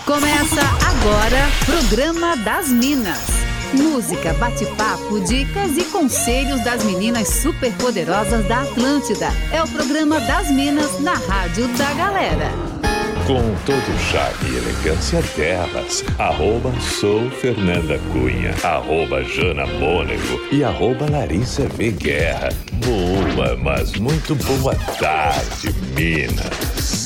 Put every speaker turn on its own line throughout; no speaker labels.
Começa agora, Programa das Minas. Música, bate-papo, dicas e conselhos das meninas superpoderosas da Atlântida. É o Programa das Minas na Rádio da Galera.
Com todo o charme e elegância delas, @soufernandacunha, @JanaMônego e @LarissaVGuerra. Boa, mas muito boa tarde, Minas.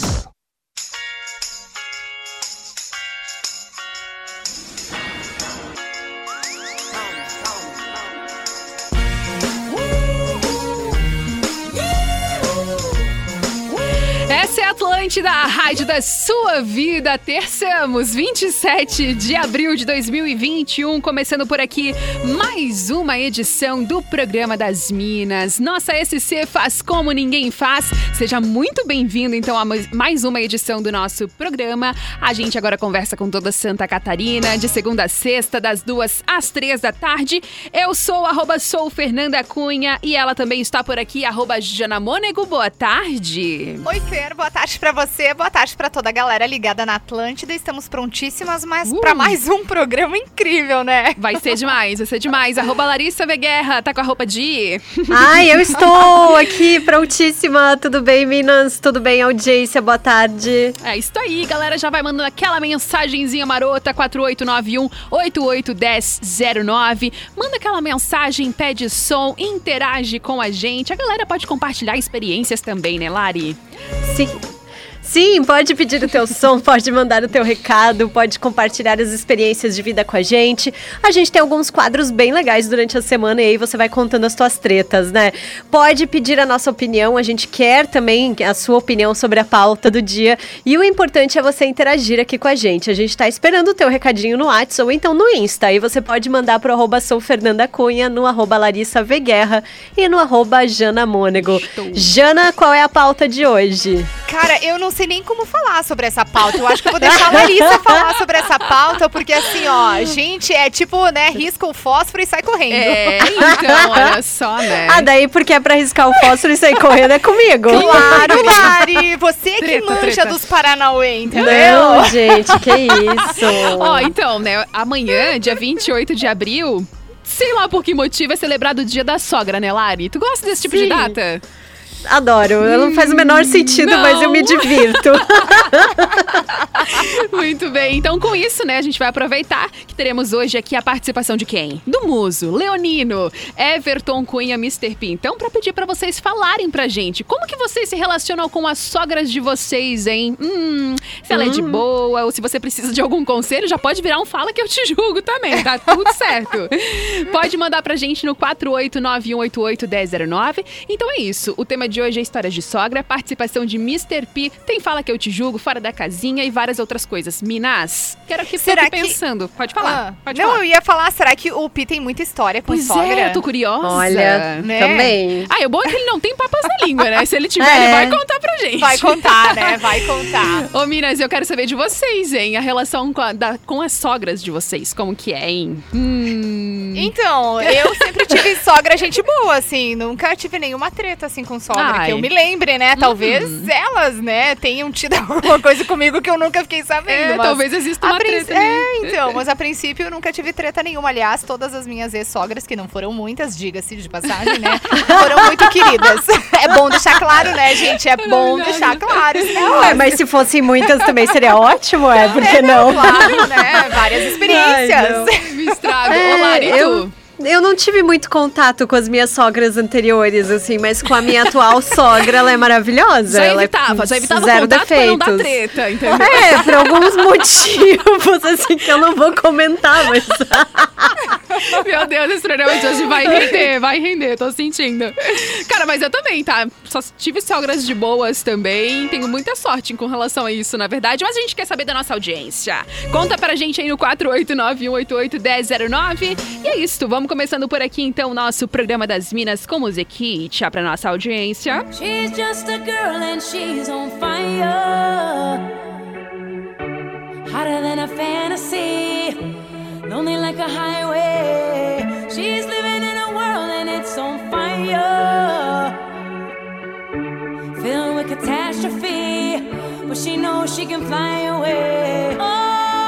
Atlântida, a rádio da sua vida. Terçamos 27 de abril de 2021, começando por aqui mais uma edição do Programa das Minas. Nossa SC faz como ninguém faz. Seja muito bem-vindo, então, a mais uma edição do nosso programa. A gente agora conversa com toda Santa Catarina, de segunda a sexta, das 2 às 3 da tarde. Eu sou @soufernandacunha e ela também está por aqui, @JanaMônego. Boa tarde.
Oi, Fer, boa tarde pra você, boa tarde pra toda a galera ligada na Atlântida. Estamos prontíssimas, mas pra mais um programa incrível, né?
Vai ser demais, vai ser demais. @LarissaVGuerra, tá com a roupa de ir?
Ai, eu estou aqui prontíssima. Tudo bem, Minas? Tudo bem, audiência? Boa tarde.
É isso aí, galera. Já vai mandando aquela mensagenzinha marota, 4891-881009. Manda aquela mensagem, pede som, interage com a gente. A galera pode compartilhar experiências também, né, Lari?
Sim, pode pedir o teu som, pode mandar o teu recado, pode compartilhar as experiências de vida com a gente. A gente tem alguns quadros bem legais durante a semana e aí você vai contando as tuas tretas, né? Pode pedir a nossa opinião, a gente quer também a sua opinião sobre a pauta do dia. E o importante é você interagir aqui com a gente. A gente tá esperando o teu recadinho no WhatsApp ou então no Insta. Aí você pode mandar pro @soufernandacunha, no @LarissaVGuerra e no @JanaMônego. Jana, qual é a pauta de hoje?
Cara, eu não sei nem como falar sobre essa pauta. Eu acho que eu vou deixar a Larissa falar sobre essa pauta, porque assim, ó, gente, é tipo, né, risca o fósforo e sai correndo.
É, então, olha só, né?
Ah, daí porque é pra riscar o fósforo e sair correndo é comigo.
Claro, Lari, você que manja dos Paranauê, entendeu?
Não, gente, que isso.
Ó, então, né, amanhã, dia 28 de abril, sei lá por que motivo, é celebrado o Dia da Sogra, né, Lari? Tu gosta desse tipo de data?
Adoro, não faz o menor sentido,
não.
Mas eu me divirto.
Muito bem, então com isso, né, a gente vai aproveitar que teremos hoje aqui a participação de quem? Do Muso, Leonino, Everton Cunha, Mr. P. Então, pra pedir pra vocês falarem pra gente, como que vocês se relacionam com as sogras de vocês, hein? Se ela é de boa, ou se você precisa de algum conselho, já pode virar um Fala Que Eu Te Julgo também, tá tudo certo. Pode mandar pra gente no 4891881009. Então é isso, o tema de hoje é histórias de sogra, participação de Mr. P, tem Fala Que Eu Te Julgo, Fora da Casinha e várias outras coisas. Minas, quero que você fique pensando. Pode falar, pode falar.
Eu ia falar, será que o Pi tem muita história com sogra?
Pois é, eu tô curiosa.
Olha,
né?
Também.
O bom é que ele não tem papas na língua, né? Se ele tiver, ele vai contar pra gente.
Vai contar, né? Vai contar.
Ô, Minas, eu quero saber de vocês, hein? A relação com as sogras de vocês, como que é, hein?
Então, eu sempre tive sogra gente boa, assim. Nunca tive nenhuma treta, assim, com sogra. Que eu me lembre, né? Talvez elas, né, tenham tido alguma coisa comigo que eu nunca fiquei sabendo. Mas
talvez exista uma treta.
Então, mas a princípio eu nunca tive treta nenhuma. Aliás, todas as minhas ex-sogras, que não foram muitas, diga-se de passagem, né? Foram muito queridas. É bom deixar claro, né, gente? É bom deixar claro.
Mas se fossem muitas também seria ótimo, por que não?
Claro, né? Várias experiências.
Me estraga. Olá,
Eu não tive muito contato com as minhas sogras anteriores, assim, mas com a minha atual sogra, ela é maravilhosa.
Já
ela
evitava
zero
contato
defeitos.
pra não dar treta, entendeu?
Por alguns motivos, assim, que eu não vou comentar, mas...
Meu Deus, esse programa de hoje vai render, tô sentindo. Cara, mas eu também, tá? Só tive sogras de boas também, tenho muita sorte com relação a isso, na verdade, mas a gente quer saber da nossa audiência. Conta pra gente aí no 4891881009. E é isso, vamos começando por aqui, então, o nosso Programa das Minas com musiquinha pra nossa audiência.
She's just a girl and she's on fire, hotter than a fantasy, lonely like a highway. She's living in a world and it's on fire, filled with catastrophe, but she knows she can fly away. Oh,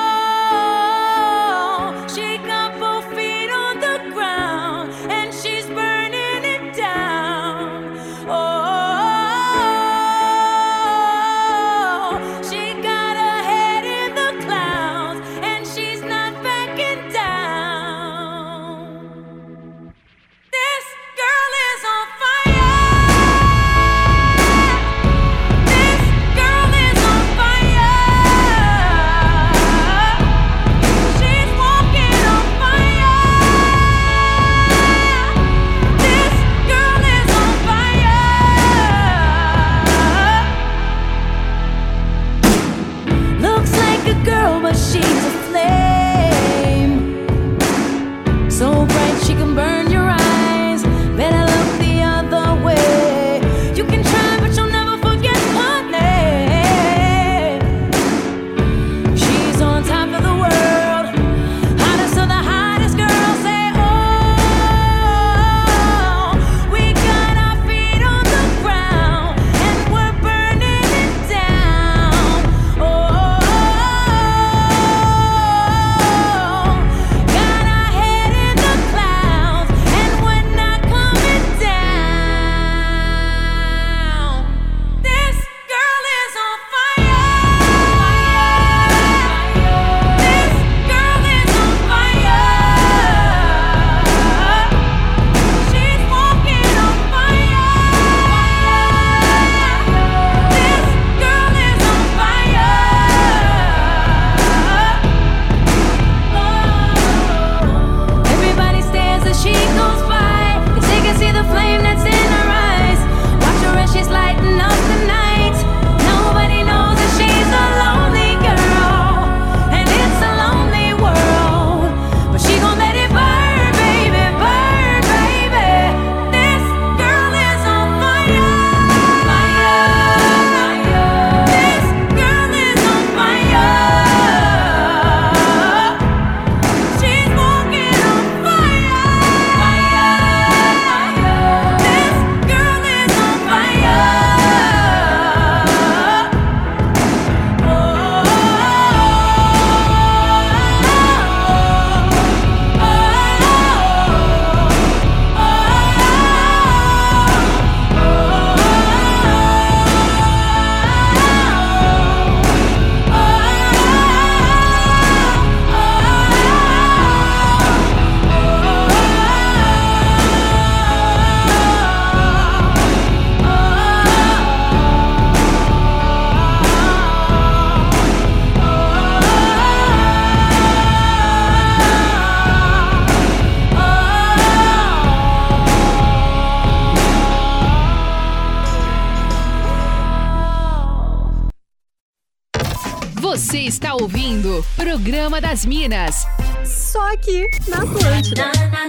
Você está ouvindo Programa das Minas.
Só aqui na Atlântida.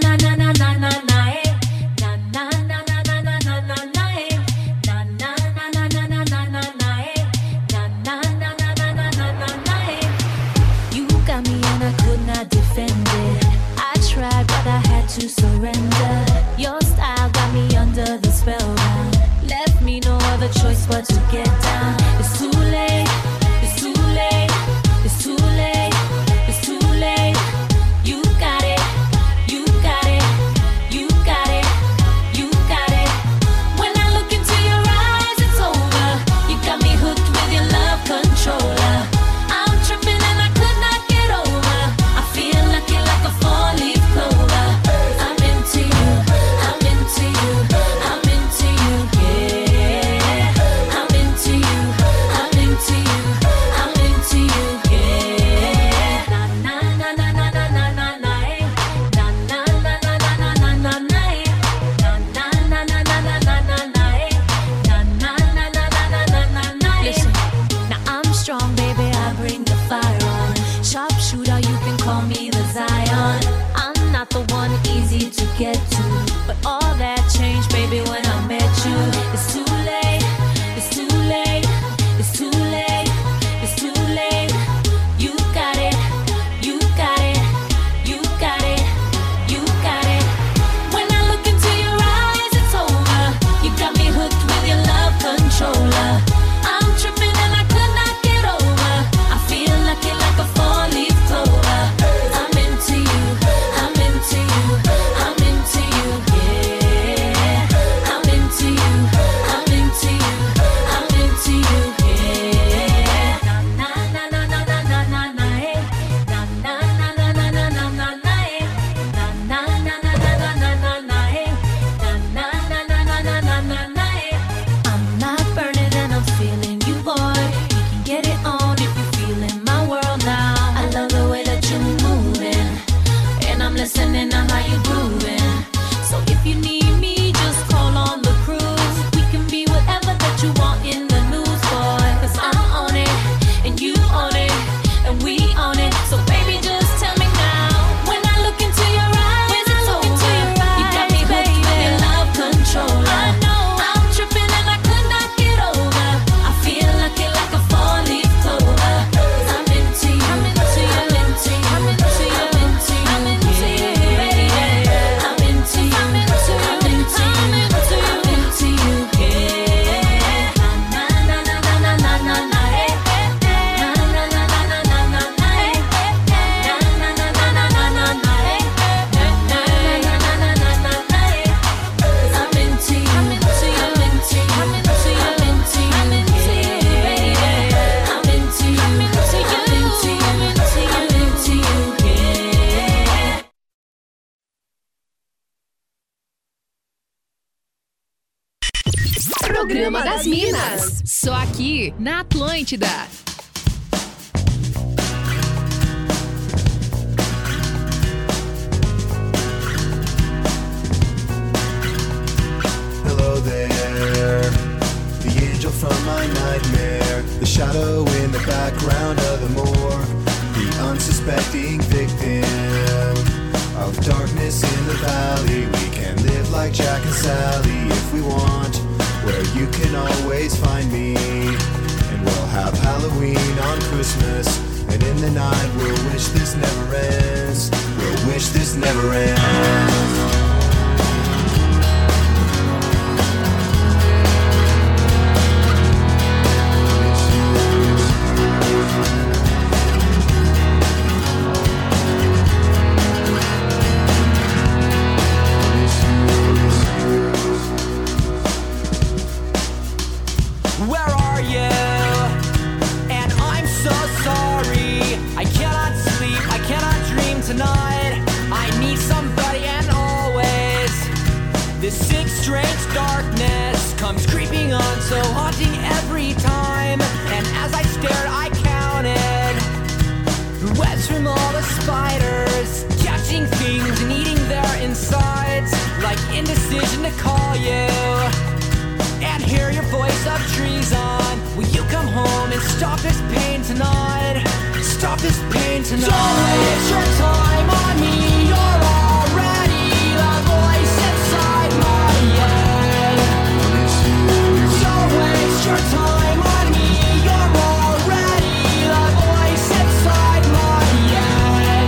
You got me and I could not defend it. I tried but I had to surrender. Your style got me under the spellbound. Left me no other choice but to get down. It's too late. It's too late. It's too late. It's too late. You got it. You got it. You got it. You got it. When I look into your eyes, it's over. You got me hooked with your love controller. I'm tripping and I could not get over. I feel lucky like a four-leaf clover. I'm into you. I'm into you. I'm into you. Yeah. I'm into you. I'm into you. I'm into you. Yeah. Na na na na na na na na eh. Na na na na na na na na eh. Na na na na na na na na eh. Na na na na na na na na eh. Listen, now I'm strong, baby. I bring the fire on. Sharpshooter, you can call me the Zion. I'm not the one easy to get to, but all that changed, baby, when I met you. It's too late. It's too late. It's too late. It's too late. You got it. You got it. You got it. You got it. When I look into your eyes, it's over. You got me hooked with your love controller. I'm tripping and I could not get over. I feel lucky like a four-leaf clover. I'm into you. I'm into you. I'm into you. Yeah. I'm into you. I'm into you. I'm into you. Yeah. Na na na na na na na na eh. Na na na na na na na na na eh. Na na na na na na na na na eh. Na na na na na na na na eh. I'm not burning and I'm feeling you, boy. You can get it on if you're feeling my world now. I love the way that you're moving, and I'm listening to how you're grooving. So if you need me, just call on the crew. We can be whatever that you want in the news, boy. 'Cause I'm on it, and you on it, and we on it. So baby, just tell me now. When I look into your eyes, it's over. You got me hooked with your love controller. I know I'm tripping and I could not get over. I feel lucky like a four-leaf clover. 'Cause I'm into you. I'm into you. I'm into you. I'm into you. I'm into you. I'm into you. Yeah. I'm into you. I'm into you. I'm into you. I'm into you. Yeah. Na na na na na na na na eh. Na na na na na na na na eh. Na na na na na na na na eh. Na na na na na na na na eh. 'Cause I'm into you. I'm into you. I'm into you. I'm into you. I'm into you. I'm into you. Yeah. I'm into you. I'm into you. I'm into you. I'm into you. I'm into you. Yeah.
Programa das Minas. Só aqui na Atlântida.
Hello there, the angel from my nightmare, the shadow in the background of the morgue, the unsuspecting victim of darkness in the valley. We can live like Jack and Sally if we want, where you can always find me. And we'll have Halloween on Christmas, and in the night we'll wish this never ends. We'll wish this never ends.
Where are you? And I'm so sorry. I cannot sleep, I cannot dream tonight. I need somebody and always. This sick, strange darkness comes creeping on, so haunting every time. And as I stared, I counted webs from all the spiders, catching things and eating their insides. Like indecision to call you and hear your voice of treason. Will you come home and stop this pain tonight? tonight. Don't waste your time on me. You're already the voice inside my head. Don't waste your time on me. You're already the voice inside my head.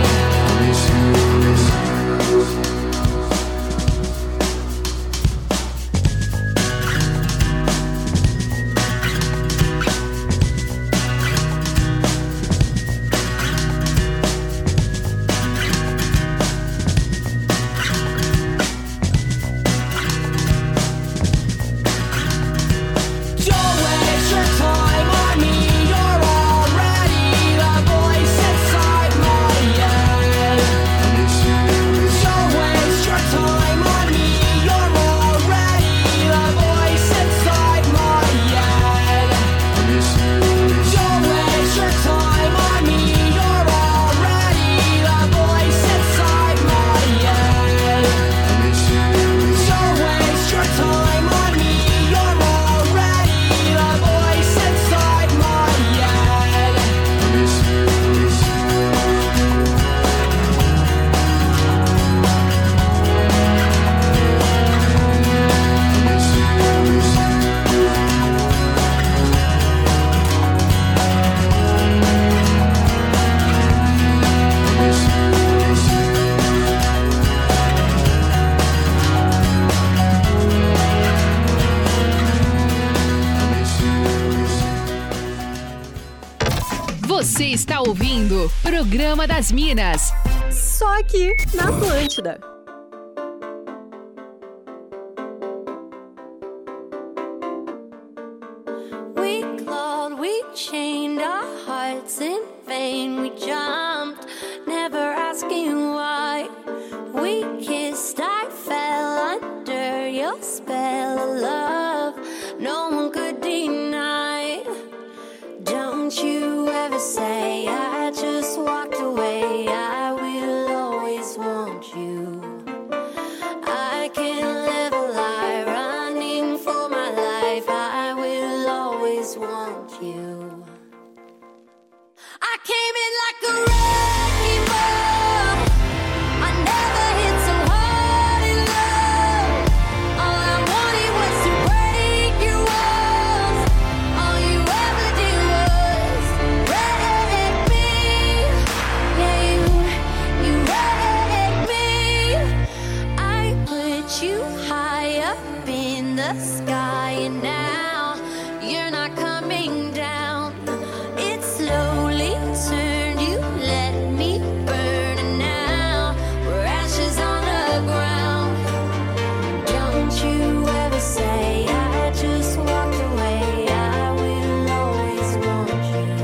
Don't waste your time on me. You're already the voice inside my head. Don't waste your time on me. You're already the voice inside my head. Don't waste your time on me. You're already the voice inside my head. Don't waste your time on me. You're already the voice inside my head.
Você está ouvindo Programa das Minas.
Só aqui na Atlântida.
We clawed, we chained our hearts in vain. We jumped, never asking why. We kissed, I fell under your spell of love. No one could deny. Don't you ever say I just walked away. I will always want you. I can't live a lie running for my life. I will always want you. I came in like a wrecking ball. I never hit so hard in love. All I wanted was to break your walls. All you ever did was wreck me. Yeah, you wrecked me. I put you high up in the sky, and now you're not coming down. It slowly turned, you let me burn, and now we're ashes on the ground. Don't you ever say I just walked away. I will always want you.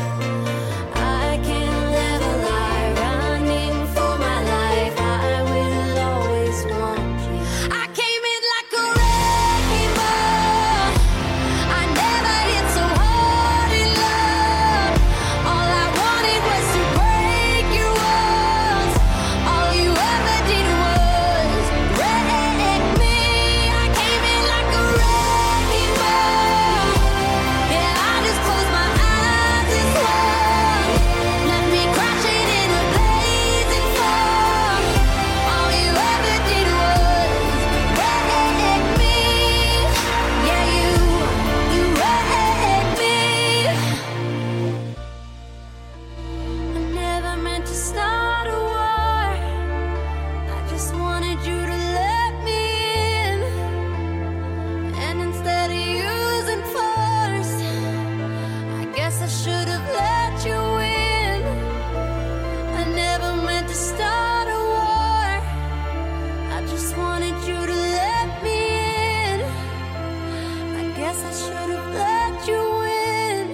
I can't live a lie running for my life. I will always want you. I came in like a wrecking ball. I never hit so hard in love. All I wanted was to break your walls. All you ever did was wreck me. I came in like a wrecking ball. Yeah, I just closed my eyes and swung. Let me crash it in a blazing fall. All you ever did was wreck me. Yeah, you wrecked me. I never meant to start a war. I just wanted you to let me in. And instead of using force, I guess I should have let you in. I never meant to start a war. I just wanted you to let me in. I guess I should have let you in.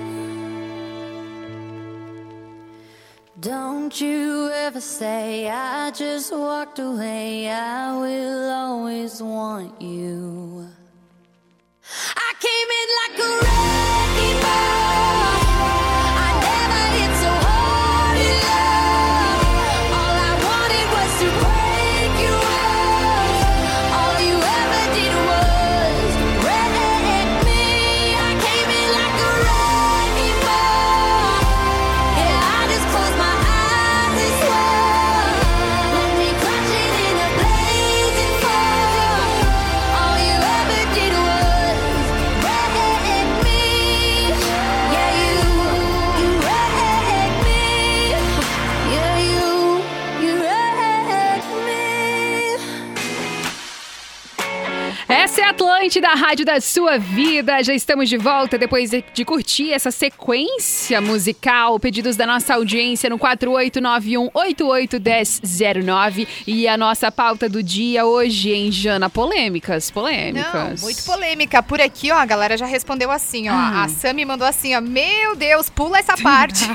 Don't you ever say I just walked away. I will always want you. I came in like a wrecking ball. I never hit so hard in love. All I wanted was to break your walls. All you ever did was wreck me. I came in like a wrecking ball. Yeah, I just closed my eyes.
Atlântida, a rádio da sua vida. Já estamos de volta depois de curtir essa sequência musical. Pedidos da nossa audiência no 4891-881009. E a nossa pauta do dia hoje, hein, Jana? Polêmicas.
Não, muito polêmica. Por aqui, ó, a galera já respondeu assim, ó. A Sami mandou assim, ó. Meu Deus, pula essa parte.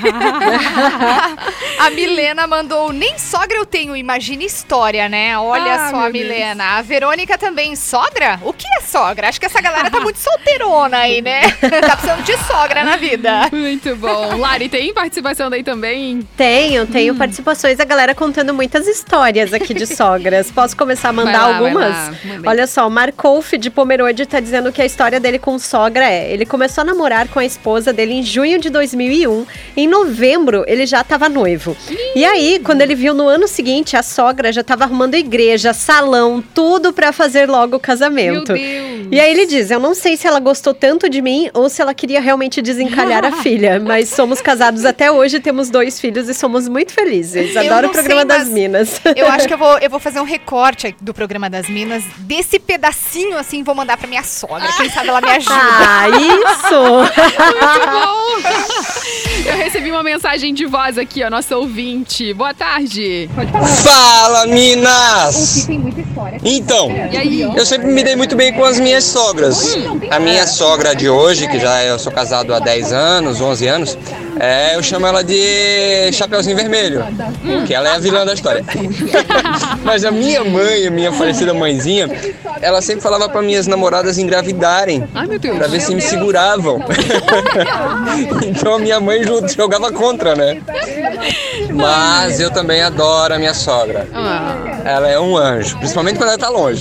A Milena mandou, nem sogra eu tenho, imagina história, né? Olha só a Milena. Deus. A Verônica também, sogra? O que é sogra? Acho que essa galera tá muito solteirona aí, né? Tá precisando de sogra na vida.
Muito bom. Lari, tem participação daí também?
Tenho participações, a galera contando muitas histórias aqui de sogras. Posso começar a mandar algumas? Olha só, o Marcolf de Pomerode tá dizendo que a história dele com sogra ele começou a namorar com a esposa dele em junho de 2001. Em novembro, ele já tava noivo. E aí, quando ele viu no ano seguinte, a sogra já tava arrumando igreja, salão, tudo pra fazer logo o casamento.
Meu Deus.
E aí ele diz, eu não sei se ela gostou tanto de mim ou se ela queria realmente desencalhar a filha, mas somos casados até hoje, temos 2 filhos e somos muito felizes. Adoro o programa das Minas.
Eu acho que eu vou fazer um recorte do programa das Minas, desse pedacinho assim, vou mandar pra minha sogra, quem sabe ela me ajuda.
Ah, isso!
Muito bom! Eu recebi uma mensagem de voz aqui, ó, nossa ouvinte. Boa tarde.
Fala, Minas! Então, eu sempre me dei muito bem com as minhas sogras. A minha sogra de hoje, que já eu sou casado há 10 anos, 11 anos, eu chamo ela de Chapeuzinho Vermelho, que ela é a vilã da história. Mas a minha mãe, a minha falecida mãezinha, ela sempre falava para minhas namoradas engravidarem, para ver se me seguravam. Então a minha mãe jogava contra, né? Mas eu também adoro a minha sogra. Ela é um anjo, principalmente quando ela tá longe.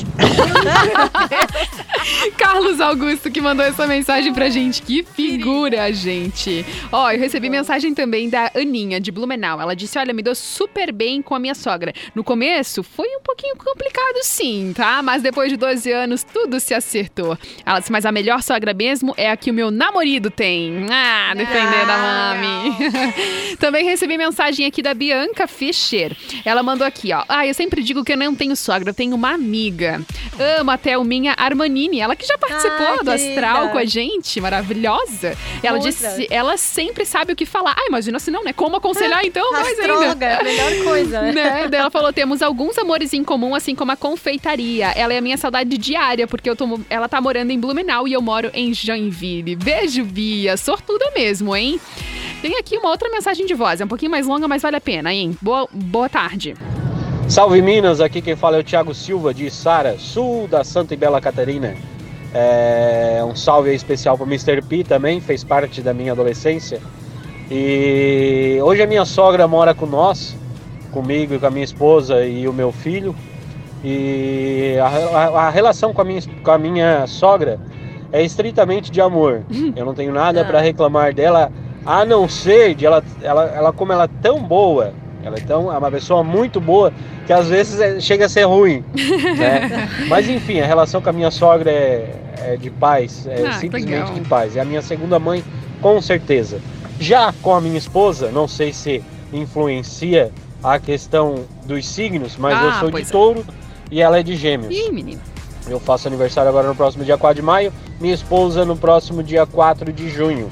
Carlos Augusto que mandou essa mensagem pra gente. Que figura, gente. Ó, eu recebi mensagem também da Aninha, de Blumenau. Ela disse, olha, me dou super bem com a minha sogra. No começo, foi um pouquinho complicado sim, tá? Mas depois de 12 anos, tudo se acertou. Ela disse, mas a melhor sogra mesmo é a que o meu namorado tem. Defendendo a mami. Também recebi mensagem aqui da Bianca Fischer. Ela mandou aqui, ó. Eu sempre digo que eu não tenho sogra, eu tenho uma amiga. Amo até o minha Armanini, ela que já participou do Astral com a gente, maravilhosa. Ela disse, ela sempre sabe o que falar. Imagina se não, né? Como aconselhar então? Mais ainda.
É a melhor coisa,
né? Daí ela falou, temos alguns amores em comum, assim como a confeitaria. Ela é a minha saudade diária, porque ela tá morando em Blumenau e eu moro em Joinville. Beijo, Bia. Sortuda mesmo, hein? Tem aqui uma outra mensagem de voz, é um pouquinho mais longa, mas vale a pena, hein? Boa tarde.
Salve Minas, aqui quem fala é o Thiago Silva de Sara, sul da Santa e Bela Catarina. Um salve aí especial para o Mr. P também, fez parte da minha adolescência. E hoje a minha sogra mora com nós, comigo e com a minha esposa e o meu filho. E a relação com a minha sogra é estritamente de amor. Eu não tenho nada para reclamar dela, a não ser de ela como ela é tão boa. Ela é uma pessoa muito boa que às vezes chega a ser ruim, né? Mas enfim, a relação com a minha sogra é de paz, simplesmente legal. De paz. É a minha segunda mãe, com certeza. Já com a minha esposa, não sei se influencia a questão dos signos, mas eu sou de touro e ela é de gêmeos.
Ih, menina.
Eu faço aniversário agora no próximo dia 4 de maio, minha esposa no próximo dia 4 de junho.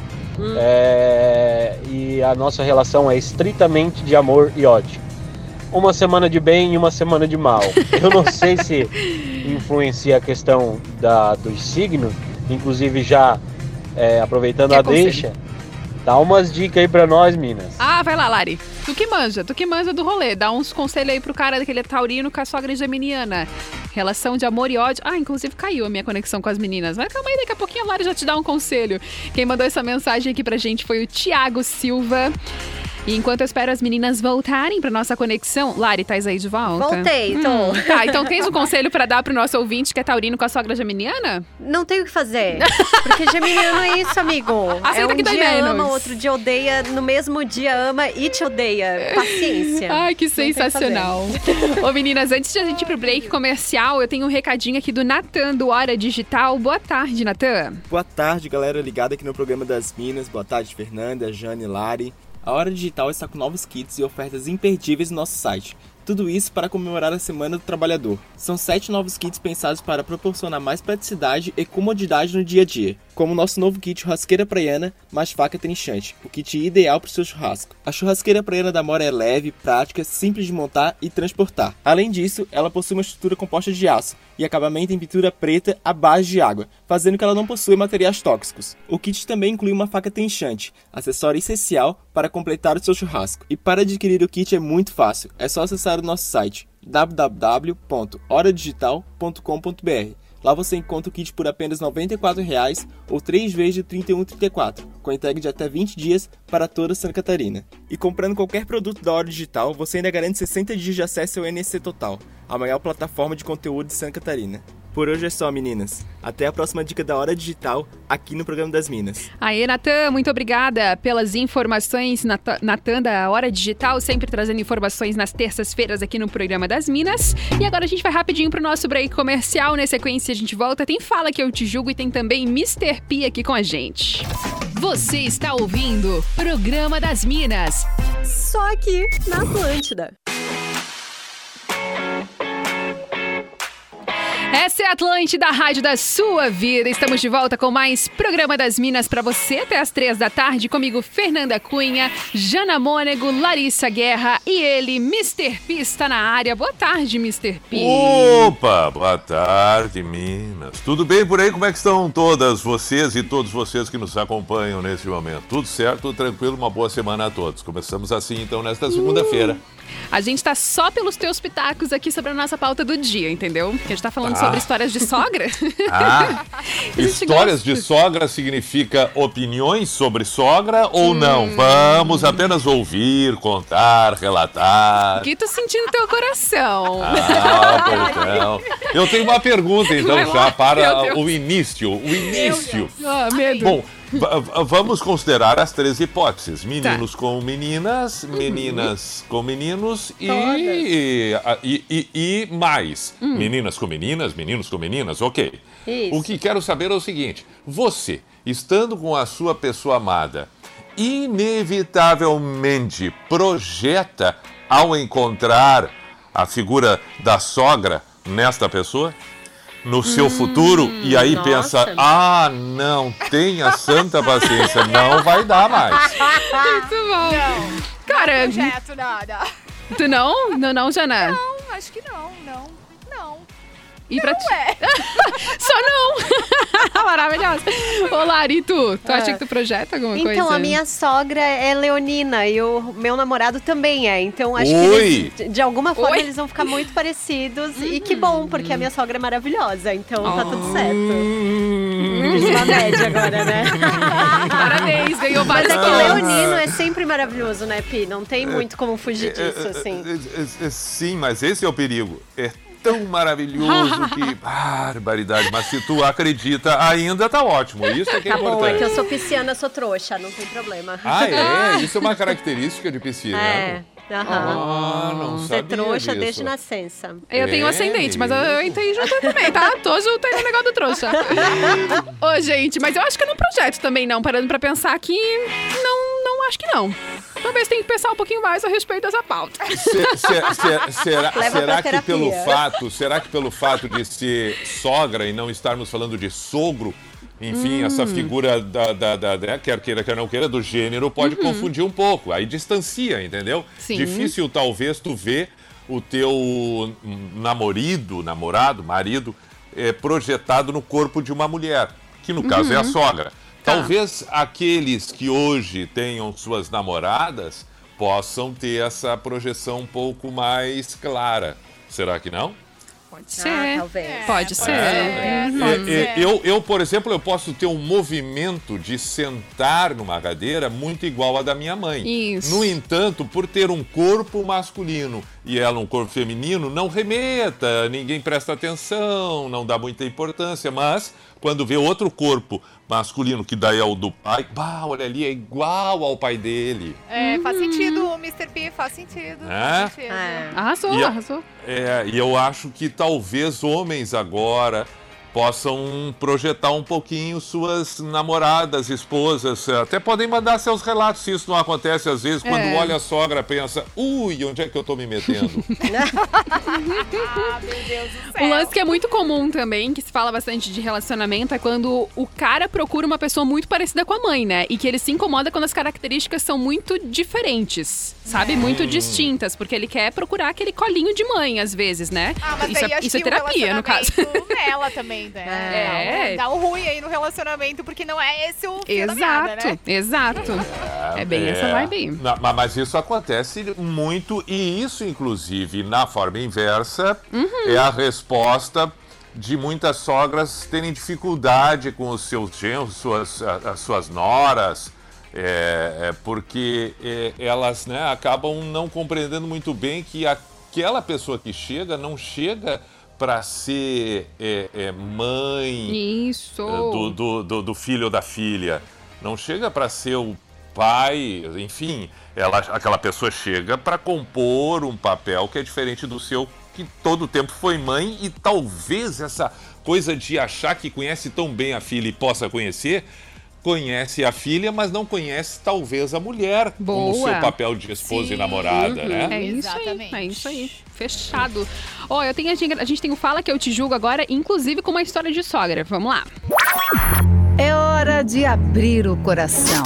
E a nossa relação é estritamente de amor e ódio. Uma semana de bem e uma semana de mal. Eu não sei se influencia a questão dos signos. Inclusive já aproveitando a deixa, dá umas dicas aí pra nós, Minas.
Vai lá, Lari. Tu que manja do rolê. Dá uns conselhos aí pro cara daquele taurino com a sogra geminiana. Relação de amor e ódio. Inclusive caiu a minha conexão com as meninas. Mas calma aí, daqui a pouquinho a Lari já te dá um conselho. Quem mandou essa mensagem aqui pra gente foi o Thiago Silva. E enquanto eu espero as meninas voltarem pra nossa conexão... Lari, tais aí de volta?
Voltei, tô.
Tá, então tens um conselho pra dar pro nosso ouvinte que é taurino com a sogra geminiana?
Não tem o que fazer. Porque geminiano é isso, amigo.
Aceita
um
que
dia
menos.
ama, outro dia odeia, no mesmo dia ama e te odeia. Paciência.
Ai, que sensacional. Ô, meninas, antes de a gente ir pro break comercial, eu tenho um recadinho aqui do Natan, do Hora Digital. Boa tarde, Natan.
Boa tarde, galera ligada aqui no programa das Minas. Boa tarde, Fernanda, Jane, Lari. A Hora Digital está com novos kits e ofertas imperdíveis no nosso site. Tudo isso para comemorar a Semana do Trabalhador. São 7 novos kits pensados para proporcionar mais praticidade e comodidade no dia a dia, como o nosso novo kit Churrasqueira Praiana mais faca trinchante, o kit ideal para o seu churrasco. A Churrasqueira Praiana da Amora é leve, prática, simples de montar e transportar. Além disso, ela possui uma estrutura composta de aço e acabamento em pintura preta à base de água, fazendo que ela não possua materiais tóxicos. O kit também inclui uma faca trinchante, acessório essencial para completar o seu churrasco. E para adquirir o kit é muito fácil, é só acessar o nosso site www.horadigital.com.br. Lá você encontra o kit por apenas R$ 94,00 ou 3 vezes de R$ 31,34, com entrega de até 20 dias para toda Santa Catarina. E comprando qualquer produto da Hora Digital, você ainda garante 60 dias de acesso ao NSC Total, a maior plataforma de conteúdo de Santa Catarina. Por hoje é só, meninas. Até a próxima dica da Hora Digital, aqui no Programa das Minas.
Aê, Natan, muito obrigada pelas informações. Natan da Hora Digital, sempre trazendo informações nas terças-feiras aqui no Programa das Minas. E agora a gente vai rapidinho pro nosso break comercial. Na sequência a gente volta. Tem Fala Que Eu Te Julgo e tem também Mr. P aqui com a gente.
Você está ouvindo Programa das Minas.
Só aqui na Atlântida.
Essa é a Atlântida, a rádio da sua vida. Estamos de volta com mais Programa das Minas para você até as 3 da tarde. Comigo, Fernanda Cunha, Jana Mônego, Larissa Guerra e ele, Mr. P, está na área. Boa tarde, Mr. P.
Opa, boa tarde, Minas. Tudo bem por aí? Como é que estão todas vocês e todos vocês que nos acompanham nesse momento? Tudo certo, tudo tranquilo, uma boa semana a todos. Começamos assim, então, nesta segunda-feira.
A gente tá só pelos teus pitacos aqui sobre a nossa pauta do dia, entendeu? Porque a gente tá falando sobre histórias de sogra.
Histórias de sogra significa opiniões sobre sogra ou não? Vamos apenas ouvir, contar, relatar.
O que tu sentiu no teu coração?
Então. Eu tenho uma pergunta, então, já para o início.
Medo.
Bom, vamos considerar as 3 hipóteses. Meninos com meninas, meninas com meninos e mais. Meninas com meninas, meninos com meninas, ok.
Isso.
O que quero saber é o seguinte. Você, estando com a sua pessoa amada, inevitavelmente projeta ao encontrar a figura da sogra nesta pessoa? No seu futuro, e aí pensa, não, tenha santa paciência, não vai dar mais.
Muito bom.
Não,
cara,
não projeto nada.
Tu não? Não, Jana?
Não, acho que não.
E pra Só não! Maravilhosa. Ô, Lari, tu acha que tu projeta alguma coisa?
Então, a minha sogra é leonina e o meu namorado também é. Então, acho que eles, de alguma forma eles vão ficar muito parecidos. E que bom, porque a minha sogra é maravilhosa. Então, tá tudo certo. Fiz uma média agora, né?
Parabéns, ganhou vários.
Mas é que leonino é sempre maravilhoso, né, Pi? Não tem muito como fugir disso, assim.
Sim, mas esse é o perigo. É tão maravilhoso que barbaridade, mas se tu acredita ainda tá ótimo, isso é que é importante.
Tá bom, é que eu sou pisciana, sou trouxa, não tem problema.
Isso é uma característica de pisciano? Não
Ser
sabia
trouxa
disso.
desde nascença.
Eu tenho ascendente, mas eu entrei junto também, tá? Tô junto aí no negócio do trouxa. Ô, gente, mas eu acho que eu não projeto também não, parando pra pensar que não acho que não. Talvez tenha que pensar um pouquinho mais a respeito dessa pauta.
Será que pelo fato de ser sogra e não estarmos falando de sogro, enfim, essa figura quer queira, quer não queira, do gênero, pode confundir um pouco. Aí distancia, entendeu?
Sim.
Difícil, talvez, tu ver o teu marido, projetado no corpo de uma mulher, que no caso é a sogra. Talvez aqueles que hoje tenham suas namoradas possam ter essa projeção um pouco mais clara. Será que não?
Pode ser.
Talvez.
Pode ser.
Eu, por exemplo, eu posso ter um movimento de sentar numa cadeira muito igual à da minha mãe.
Isso.
No entanto, por ter um corpo masculino e ela um corpo feminino, não remeta, ninguém presta atenção, não dá muita importância, mas quando vê outro corpo masculino, que daí é o do pai, olha ali, é igual ao pai dele.
Faz sentido, Mr. P, faz sentido.
Arrasou.
E eu acho que talvez homens agora possam projetar um pouquinho suas namoradas, esposas. Até podem mandar seus relatos, se isso não acontece às vezes, quando olha a sogra, pensa, ui, onde é que eu tô me metendo?
Meu Deus do céu.
Um lance que é muito comum também, que se fala bastante de relacionamento, é quando o cara procura uma pessoa muito parecida com a mãe, né? E que ele se incomoda quando as características são muito diferentes, sabe? Muito distintas, porque ele quer procurar aquele colinho de mãe, às vezes, né?
Mas
isso é terapia, no caso.
Nela também, né? Dá um ruim aí no relacionamento, porque não é esse o fio da meada, né?
Exato. É bem essa vibe aí.
Mas isso acontece muito, e isso, inclusive, na forma inversa, é a resposta de muitas sogras terem dificuldade com os seus genros, as suas noras, porque elas, né, acabam não compreendendo muito bem que aquela pessoa que chega não chega para ser mãe do filho ou da filha. Não chega para ser o pai, enfim. Aquela pessoa chega para compor um papel que é diferente do seu, que todo o tempo foi mãe, e talvez essa coisa de achar que conhece tão bem a filha e possa conhece a filha, mas não conhece talvez a mulher como seu papel de esposa e namorada, né?
É isso aí. Fechado. A gente tem o Fala Que Eu Te Julgo agora, inclusive com uma história de sogra. Vamos lá.
É hora de abrir o coração.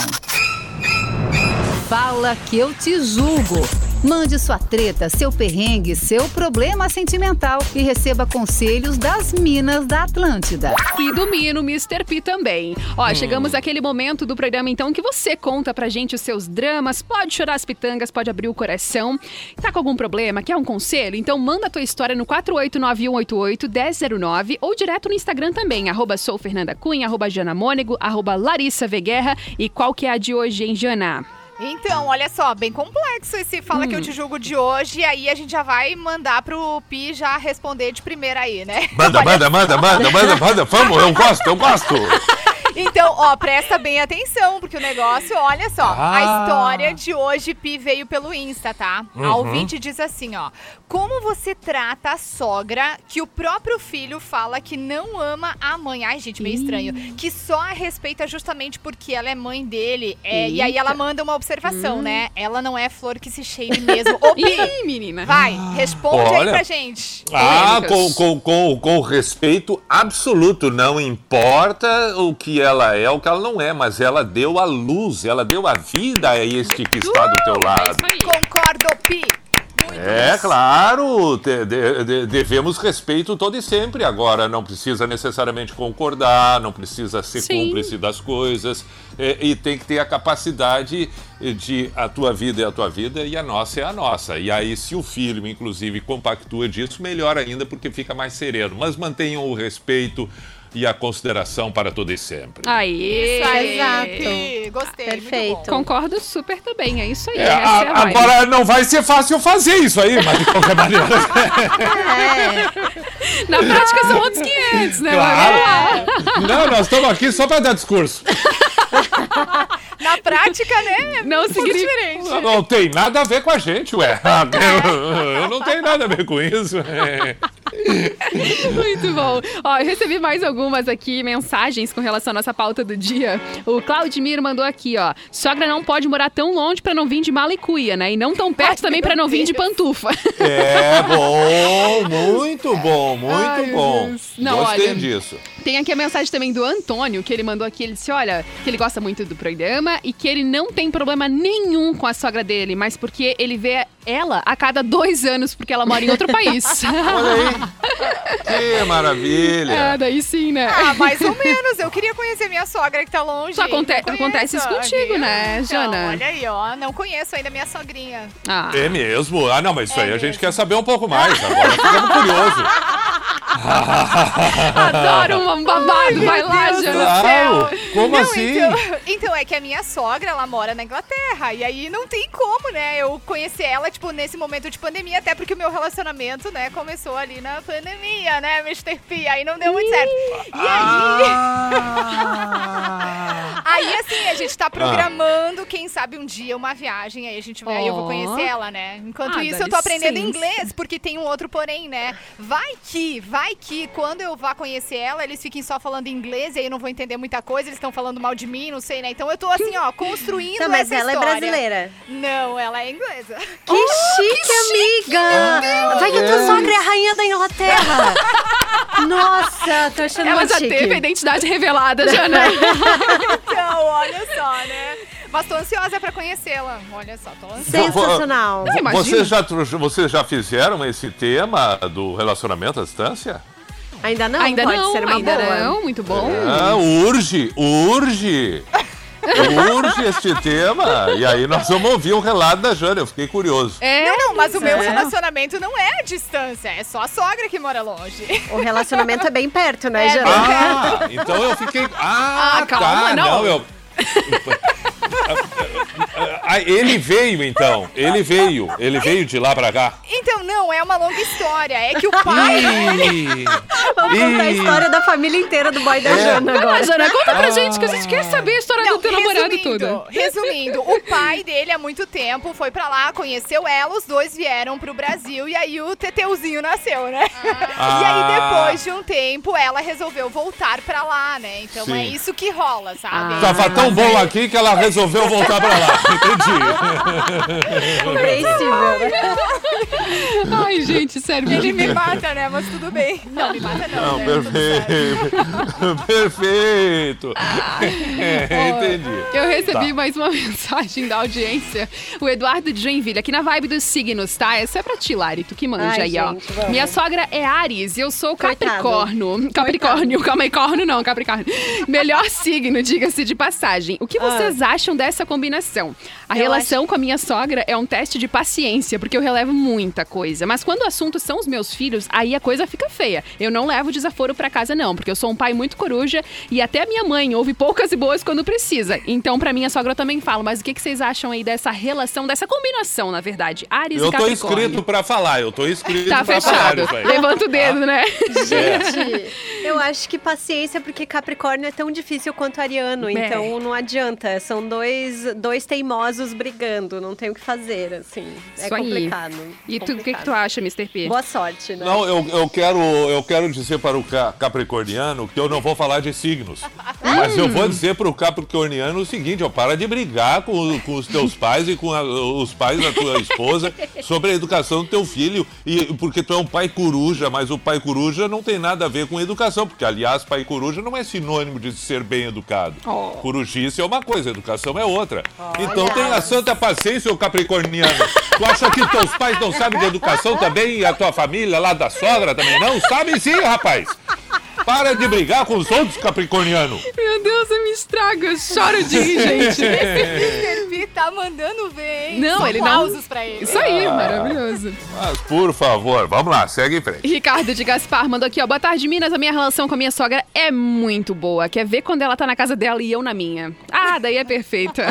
Fala Que Eu Te Julgo. Mande sua treta, seu perrengue, seu problema sentimental e receba conselhos das Minas da Atlântida.
E do Mino, Mr. P também. Chegamos àquele momento do programa, então, que você conta pra gente os seus dramas, pode chorar as pitangas, pode abrir o coração. Tá com algum problema, quer um conselho? Então manda a tua história no 489-188-1009 ou direto no Instagram também, @soufernandacunha, @janamônego, @larissaveguerra. E qual que é a de hoje, hein, Jana?
Então, olha só, bem complexo esse Fala Que Eu Te Julgo de hoje. E aí a gente já vai mandar pro Pi já responder de primeira aí, né?
Manda. Vamos, eu gosto.
Então, presta bem atenção, porque o negócio, olha só, a história de hoje, Pi, veio pelo Insta, tá? A ouvinte diz assim, como você trata a sogra que o próprio filho fala que não ama a mãe? Ai, gente, meio estranho. Que só a respeita justamente porque ela é mãe dele. E aí ela manda uma observação, né? Ela não é flor que se cheire mesmo. Ô, Pi,
menina.
Vai, responde aí pra gente.
Com respeito absoluto, não importa o que ela é, o que ela não é, mas ela deu a luz, ela deu a vida a este que está do teu lado.
Concordo, Pi.
Claro, devemos respeito todo e sempre. Agora, não precisa necessariamente concordar, não precisa ser cúmplice das coisas, e tem que ter a capacidade de a tua vida é a tua vida e a nossa é a nossa. E aí, se o filho, inclusive, compactua disso, melhor ainda, porque fica mais sereno. Mas mantenham o respeito e a consideração para todo e sempre.
Aí,
exato. Gostei,
perfeito.
muito bom.
Concordo super também, é isso aí.
Agora não vai ser fácil fazer isso aí, mas de qualquer maneira.
Na prática são outros 500, né?
Claro. Não, nós estamos aqui só para dar discurso.
Na prática, né?
Não significa
diferente.
Não tem nada a ver com a gente, ué. Eu não tenho nada a ver com isso.
Muito bom. Eu recebi mais algumas aqui, mensagens com relação à nossa pauta do dia. O Claudimir mandou aqui, sogra não pode morar tão longe pra não vir de mala e cuia, né? E não tão perto também pra não vir de pantufa.
Bom, muito bom, muito bom.
Não,
gostei disso.
Tem aqui a mensagem também do Antônio, que ele mandou aqui, ele disse, olha, que ele gosta muito do programa e que ele não tem problema nenhum com a sogra dele, mas porque ele vê ela a cada 2 anos, porque ela mora em outro país.
Olha aí. Que maravilha.
Daí sim, né?
Mais ou menos. Eu queria conhecer minha sogra que tá longe.
Só acontece isso contigo, né, Jana?
Então, olha aí, não conheço ainda minha sogrinha.
É mesmo? Não, mas isso aí mesmo. A gente quer saber um pouco mais. Agora ficamos curiosos.
Adoro um babado. Vai lá, Jana.
Claro. Como assim?
Então, é que a minha sogra, ela mora na Inglaterra. E aí não tem como, né? Eu conhecer ela, nesse momento de pandemia. Até porque o meu relacionamento, né, começou ali na pandemia, né, Mr. P? Aí não deu muito certo. E aí... Aí, assim, a gente tá programando, quem sabe um dia, uma viagem, aí a gente vai, aí eu vou conhecer ela, né? Enquanto isso, eu tô aprendendo inglês, porque tem um outro porém, né? Vai que quando eu vá conhecer ela, eles fiquem só falando inglês, e aí eu não vou entender muita coisa, eles estão falando mal de mim, não sei, né? Então eu tô assim, ó, construindo essa
mas ela
história.
é brasileira.
Não, ela é inglesa.
Que chique, amiga! Vai que a tua sogra é a rainha da Inglaterra! Nossa, tô achando
ela
muito
já
chique.
teve a identidade revelada, já, né?
Então, olha só, né? Mas tô ansiosa pra conhecê-la. Olha só, tô ansiosa.
Sensacional.
Vocês já fizeram esse tema do relacionamento à distância?
Ainda não?
Ainda
pode
não,
ser uma
ainda
boa.
não, muito bom.
Urge este tema. E aí nós vamos ouvir o relato da Jana. Eu fiquei curioso.
Não, mas o meu relacionamento não é à distância. É só a sogra que mora longe.
O relacionamento é bem perto, né, Jana?
Então eu fiquei...
calma, não.
Ele veio, então. Ele veio de lá pra cá.
Então, não, é uma longa história. É que o pai...
Vamos contar a história da família inteira do boy da Jana agora.
Jana, conta pra gente, que a gente quer saber a história do teu namorado toda.
Resumindo, o pai dele há muito tempo foi pra lá, conheceu ela, os dois vieram pro Brasil e aí o Teteuzinho nasceu, né? E aí, depois de um tempo, ela resolveu voltar pra lá, né? Então é isso que rola, sabe?
Tava tão bom aqui que ela resolveu voltar pra lá. Entendi.
Compreensível, né?
Ai, gente, sério.
Ele me mata, né? Mas tudo bem. Não, me mata não, né?
Perfeito. Entendi.
Eu recebi mais uma mensagem da audiência. O Eduardo de Joinville, aqui na vibe dos signos, tá? Essa é pra ti, Lari, tu que manja aí, ó.
Vamos.
Minha sogra é Áries e eu sou Capricórnio. Capricórnio, Capricórnio. Melhor signo, diga-se de passagem. O que vocês acham dessa combinação? A relação com a minha sogra é um teste de paciência, porque eu relevo muita coisa. Mas quando o assunto são os meus filhos, aí a coisa fica feia. Eu não levo desaforo pra casa, não, porque eu sou um pai muito coruja e até a minha mãe ouve poucas e boas quando precisa. Então, pra minha sogra eu também falo. Mas o que vocês acham aí dessa relação, dessa combinação, na verdade? Áries e Capricórnio.
Eu tô inscrito pra falar,
Tá fechado. Levanta o dedo, né?
Gente, eu acho que paciência, porque Capricórnio é tão difícil quanto Ariano, então não adianta. São dois teimosos brigando, não tem o que fazer, assim. É
Isso
complicado.
E tu, o que tu acha, Mr. P?
Boa sorte, né?
Não, eu quero dizer para o capricorniano que eu não vou falar de signos. Mas eu vou dizer para o capricorniano o seguinte, ó, para de brigar com os teus pais e com os pais da tua esposa sobre a educação do teu filho. Porque tu é um pai coruja, mas o pai coruja não tem nada a ver com educação. Porque, aliás, pai coruja não é sinônimo de ser bem educado. Corujice é uma coisa, educação é outra. Então tenha santa paciência, ô capricorniano. Tu acha que teus pais não sabem de educação também? E a tua família lá da sogra também não? Sabem sim, rapaz. Para de brigar com os outros capricornianos.
Meu Deus, você me estraga. Choro de rir, gente.
Esse P tá mandando ver, hein?
Não, ele
aplausos pra ele.
Isso aí, maravilhoso.
Mas, por favor, vamos lá, segue em frente.
Ricardo de Gaspar mandou aqui, ó. Boa tarde, Minas. A minha relação com a minha sogra é muito boa. Quer ver quando ela tá na casa dela e eu na minha? Daí é perfeita.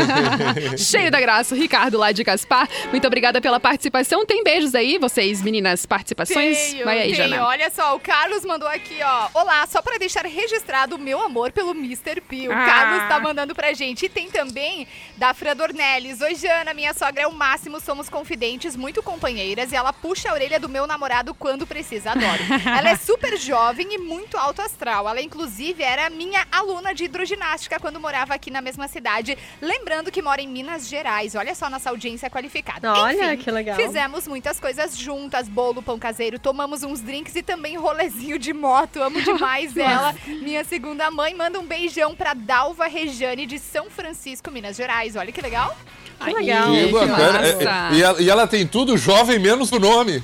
Cheio da graça. Ricardo lá de Gaspar. Muito obrigada pela participação. Tem beijos aí, vocês, meninas, participações? Vai aí, Jana.
Olha só, o Carlos mandou aqui, ó. Olá, só para deixar registrado o meu amor pelo Mr. P. O Carlos tá mandando pra gente. E tem também da Fran Dornelles. Oi, Jana, minha sogra é o máximo, somos confidentes, muito companheiras e ela puxa a orelha do meu namorado quando precisa, adoro. Ela é super jovem e muito alto astral. Ela, inclusive, era minha aluna de hidroginástica quando morava aqui na mesma cidade. Lembrando que mora em Minas Gerais. Olha só nossa audiência qualificada.
Olha,
enfim,
que legal.
Fizemos muitas coisas juntas, bolo, pão caseiro, tomamos uns drinks e também rolezinho de moto. Amo demais ela. Minha segunda mãe. Manda um beijão pra Dalva Rejane de São Francisco, Minas Gerais. Olha que legal.
Que legal.
Que bacana. E ela tem tudo jovem, menos o nome.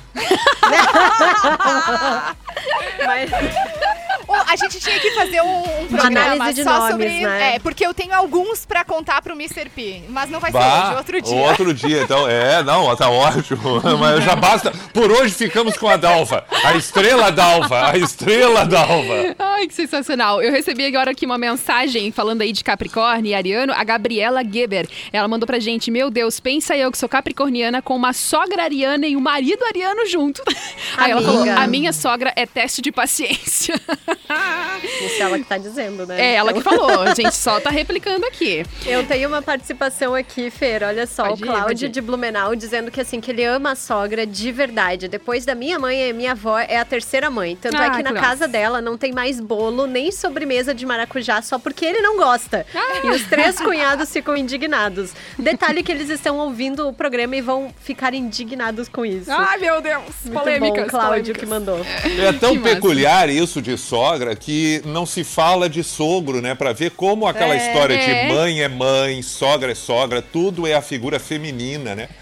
Mas...
A gente tinha que fazer um programa
de
só
nomes,
sobre...
né?
Porque eu tenho alguns pra contar pro Mr. P. Mas não vai ser hoje, outro dia.
Outro dia, então. Não, tá ótimo. Mas já basta. Por hoje ficamos com a Dalva. A estrela Dalva. A estrela Dalva.
Ai, Ai, que sensacional. Eu recebi agora aqui uma mensagem falando aí de Capricórnio e Ariano, a Gabriela Geber. Ela mandou pra gente, meu Deus, pensa eu que sou capricorniana com uma sogra ariana e um marido ariano junto. Aí ela falou, a minha sogra é teste de paciência.
Isso é ela que tá dizendo, né?
É ela que falou, a gente só tá replicando aqui.
Eu tenho uma participação aqui, Fer, olha só, pode o Cláudio de Blumenau dizendo que assim, que ele ama a sogra de verdade. Depois da minha mãe e minha avó é a terceira mãe. Tanto é que na casa dela não tem mais bolo, nem sobremesa de maracujá, só porque ele não gosta. E os 3 cunhados ficam indignados. Detalhe que eles estão ouvindo o programa e vão ficar indignados com isso.
Ai, meu Deus!
Muito
polêmicas,
bom, Cláudio,
polêmicas.
que mandou.
É tão peculiar isso de sogra que não se fala de sogro, né? Pra ver como aquela história de mãe é mãe, sogra é sogra, tudo é a figura feminina, né?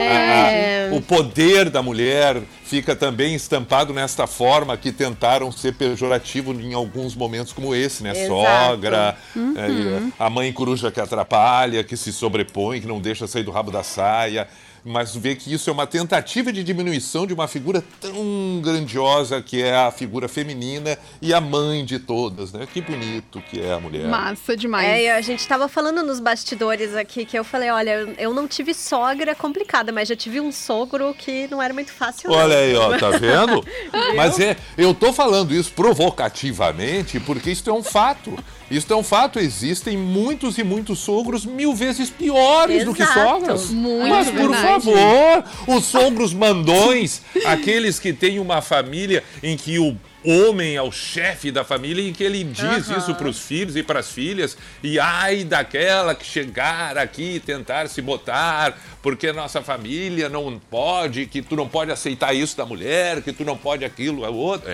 O poder da mulher fica também estampado nesta forma que tentaram ser pejorativo em alguns momentos como esse, né? Exato. Sogra, a mãe coruja que atrapalha, que se sobrepõe, que não deixa sair do rabo da saia. Mas vê que isso é uma tentativa de diminuição de uma figura tão grandiosa que é a figura feminina e a mãe de todas, né? Que bonito que é a mulher.
Massa demais.
A gente tava falando nos bastidores aqui que eu falei, olha, eu não tive sogra complicada, mas já tive um sogro que não era muito fácil.
Olha aí, ó, tá vendo? Mas eu tô falando isso provocativamente porque isso é um fato. Isso é um fato, existem muitos e muitos sogros 1000 vezes piores do que sogras. Mas por favor, os sogros mandões, aqueles que têm uma família em que o homem é o chefe da família e que ele diz isso para os filhos e para as filhas, e ai daquela que chegar aqui e tentar se botar, porque nossa família não pode, que tu não pode aceitar isso da mulher, que tu não pode aquilo, é outro.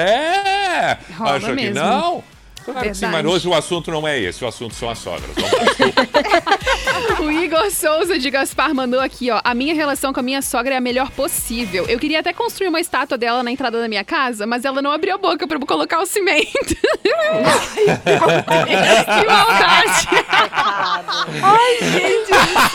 Rola
acha
mesmo.
Que não? Claro que sim, mas hoje o assunto não é esse, o assunto são as sogras.
O Igor Souza de Gaspar mandou aqui, ó. A minha relação com a minha sogra é a melhor possível. Eu queria até construir uma estátua dela na entrada da minha casa, mas ela não abriu a boca pra eu colocar o cimento. Que maldade! Ai, gente do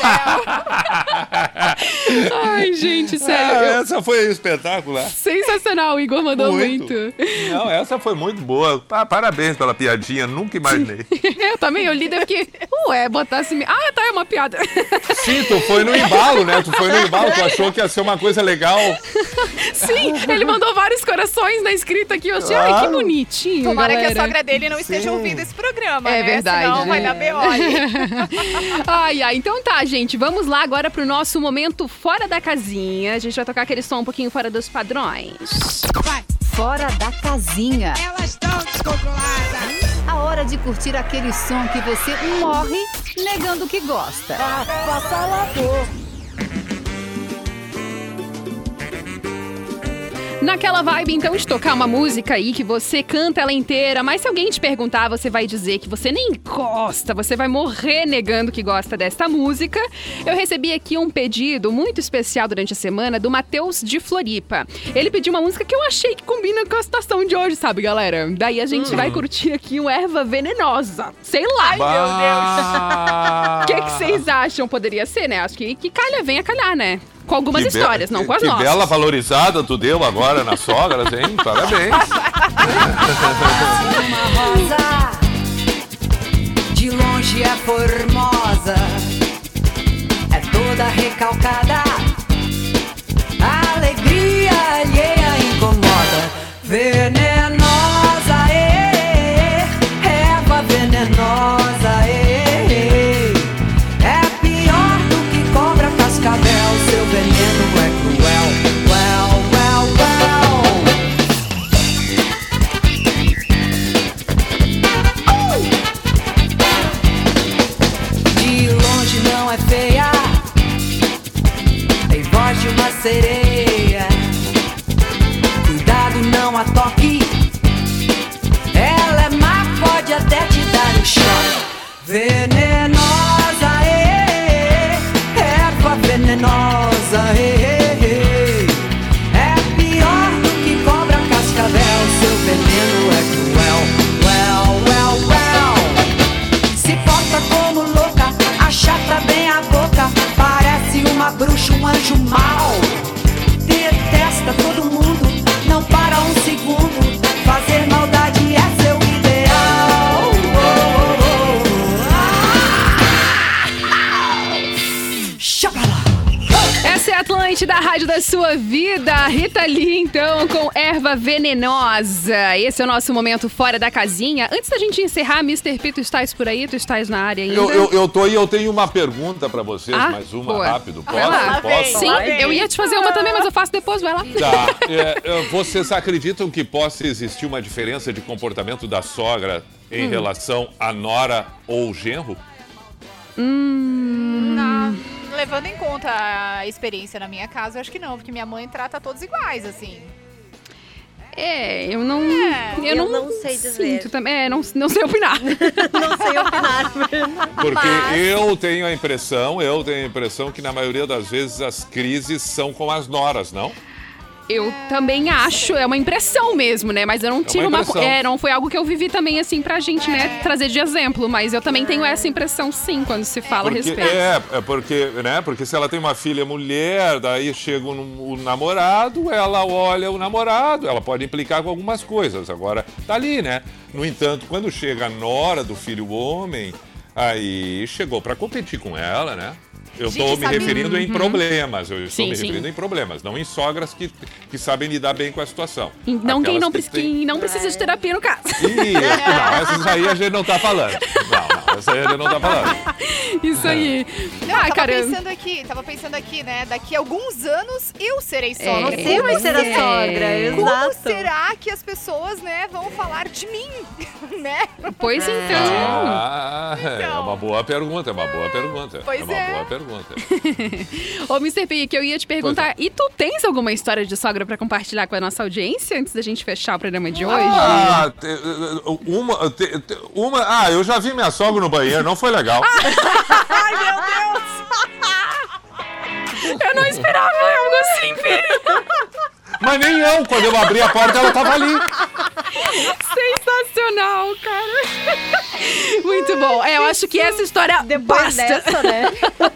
céu! Ai, gente, sério.
Essa foi espetacular.
Sensacional, o Igor mandou muito.
Não, essa foi muito boa. Parabéns pela piadinha, nunca imaginei.
Eu também, eu li, que botar assim... Ah, tá, é uma piada.
Sim, tu foi no embalo, né? Tu foi no embalo, tu achou que ia ser uma coisa legal.
Sim, ele mandou vários corações na escrita aqui. Eu achei, ai, que bonitinho,
Tomara
galera.
que a sogra dele não esteja ouvindo esse programa,
né?
Verdade. Senão vai dar B.O.
Ai, então tá, gente. Vamos lá agora pro nosso momento fora da casinha. A gente vai tocar aquele som um pouquinho fora dos padrões.
Vai! Fora da casinha.
Elas estão descontroladas.
A hora de curtir aquele som que você morre negando que gosta.
Avassalador.
Naquela vibe, então, de tocar uma música aí que você canta ela inteira, mas se alguém te perguntar, você vai dizer que você nem gosta, você vai morrer negando que gosta desta música. Eu recebi aqui um pedido muito especial durante a semana do Matheus de Floripa. Ele pediu uma música que eu achei que combina com a situação de hoje, sabe, galera? Daí a gente vai curtir aqui um Erva Venenosa. Sei lá, meu Deus. O que vocês acham? Poderia ser, né? Acho que calha, venha calhar, né? Com algumas histórias, não com as nossas.
Que bela valorizada tu deu agora nas sogras, hein? Parabéns.
Uma rosa de longe é formosa, é toda recalcada, a alegria alheia incomoda. Venenosa, erva venenosa, é pior do que cobra cascavel. Seu veneno é cruel, De longe não é feia, tem voz de uma sereia. Cuidado, não a toque, ela é má, pode até te dar um choque. Venenosa, erva venenosa, é pior do que cobra cascavel. Seu veneno é cruel, se porta como louca, achata bem a boca, parece uma bruxa, um anjo mau. Detesta todo mundo, não para um segundo, fazer maldade é seu
da rádio da sua vida, Rita Lee, então, com Erva Venenosa. Esse é o nosso momento fora da casinha. Antes da gente encerrar, Mr. P, tu estás por aí? Tu estás na área ainda?
Eu tô e eu tenho uma pergunta pra vocês, mais uma, rápido. Posso?
Sim, eu ia te fazer uma também, mas eu faço depois, vai lá.
Tá. Vocês acreditam que possa existir uma diferença de comportamento da sogra em relação à nora ou genro?
Não, levando em conta a experiência na minha casa, eu acho que não, porque minha mãe trata todos iguais, assim.
Eu não sei dizer. Sinto também. Não sei opinar.
Não sei opinar.
Porque eu tenho a impressão que na maioria das vezes as crises são com as noras, não?
Eu também acho, é uma impressão mesmo, né? Mas eu não tive não foi algo que eu vivi também, assim, pra gente, né, trazer de exemplo. Mas eu também tenho essa impressão, sim, quando se fala a respeito.
Porque se ela tem uma filha mulher, daí chega o namorado, ela olha o namorado, ela pode implicar com algumas coisas. Agora, tá ali, né? No entanto, quando chega a nora do filho homem, aí chegou pra competir com ela, né? Eu estou me referindo em problemas, referindo em problemas, não em sogras que sabem lidar bem com a situação.
Não quem não precisa de terapia no caso.
Não, essas aí a gente não tá falando. Essa aí a gente não tá falando.
Isso aí.
Tava pensando aqui, né? Daqui a alguns anos eu serei sogra.
Você vai ser a sogra, exato.
Como será que as pessoas, né, vão falar de mim, né?
Pois então.
É uma boa pergunta,
Pois
uma boa pergunta.
Ô, Mr. P, que eu ia te perguntar, e tu tens alguma história de sogra pra compartilhar com a nossa audiência antes da gente fechar o programa de hoje?
Eu já vi minha sogra no banheiro, não foi legal.
Ai, meu
Deus! Eu não esperava algo assim, filho.
Mas nem eu, quando eu abri a porta, ela tava ali.
Sensacional, cara. Muito bom. Eu acho que essa história
depois dessa, né?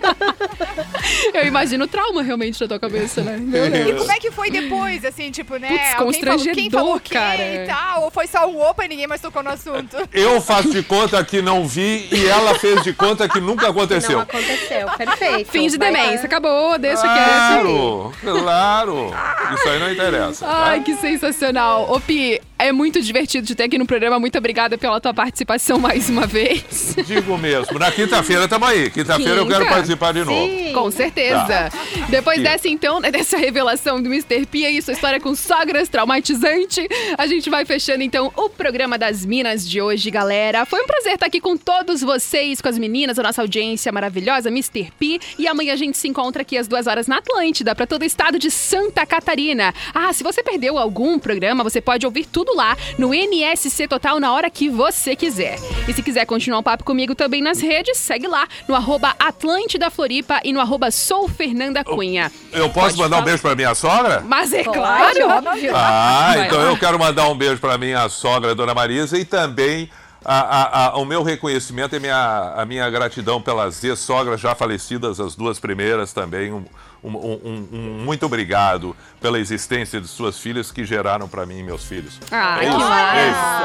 Eu imagino o trauma realmente na tua cabeça, né?
E como é que foi depois, assim, tipo, né?
Putz, constrangedor,
quem falou
cara.
E tal, ou foi só um opa e ninguém mais tocou no assunto?
Eu faço de conta que não vi e ela fez de conta que nunca aconteceu.
Não aconteceu, perfeito.
Fim de demência, acabou, deixa
quieto. Claro, isso aí não interessa.
Ai, que sensacional. Ô, Pi, é muito divertido te ter aqui no programa. Muito obrigada pela tua participação mais uma vez.
Digo mesmo. Na quinta-feira tamo aí. Quinta-feira eu quero participar de novo.
Sim. Com certeza. Tá. Depois dessa, então, dessa revelação do Mr. P, aí sua história com sogras traumatizante, a gente vai fechando, então, o programa das Minas de hoje, galera. Foi um prazer estar aqui com todos vocês, com as meninas, a nossa audiência maravilhosa, Mr. P. E amanhã a gente se encontra aqui às 2h na Atlântida, para todo o estado de Santa Catarina. Se você perdeu algum programa, você pode ouvir tudo lá no NSC Total na hora que você quiser. E se quiser continuar o papo comigo também nas redes, segue lá no @Atlântidafloripa e no @soufernandacunha.
Eu posso mandar um beijo pra minha sogra?
Mas é claro!
Então eu quero mandar um beijo pra minha sogra, Dona Marisa, e também o meu reconhecimento e a minha gratidão pelas ex-sogras já falecidas, as duas primeiras também. Muito obrigado pela existência de suas filhas que geraram pra mim e meus filhos.
Que massa!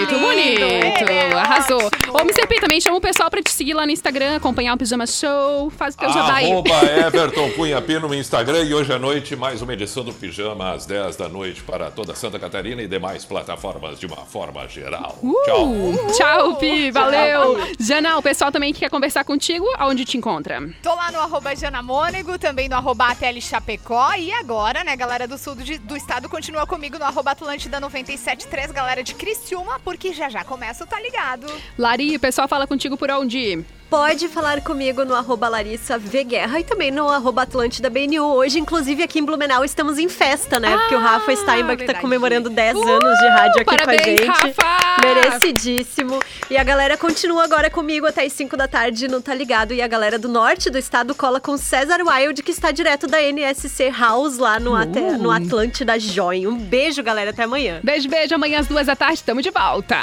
Bonito! Arrasou! Ô, Mr. P, também chama o pessoal pra te seguir lá no Instagram, acompanhar o Pijama Show, faz o teu jabá aí.
@Everton Cunha P no Instagram, e hoje à noite mais uma edição do Pijama às 10 da noite para toda Santa Catarina e demais plataformas de uma forma geral. Tchau!
Tchau, Pi! Valeu! Jana, o pessoal também que quer conversar contigo, aonde te encontra?
Tô lá no @JanaMônego, também no @ATL Chapecó, e agora, né, galera do sul do estado, continua comigo no @Atlântida 97.3, galera de Criciúma, porque já começa o Tá Ligado.
Lari, o pessoal fala contigo por onde?
Pode falar comigo no @LarissaVGuerra e também no @AtlântidABNU. Hoje, inclusive, aqui em Blumenau, estamos em festa, né? Porque o Rafa Steinbach tá comemorando 10 anos de rádio aqui
parabéns,
com a gente.
Rafa!
Merecidíssimo. E a galera continua agora comigo até as 5 da tarde no Tá Ligado. E a galera do norte do estado cola com César Wilde, que está direto da NSC House lá no Atlântida Join. Um beijo, galera. Até amanhã.
Beijo. Amanhã às 2 da tarde, tamo de volta.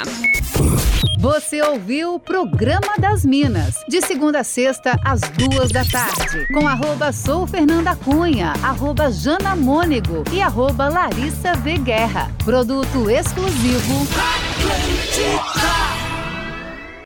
Você ouviu o Programa das Minas, de segunda a sexta, às 2 da tarde, com @soufernandacunha, @JanaMônego e @LarissaVGuerra. Produto exclusivo Atlântica.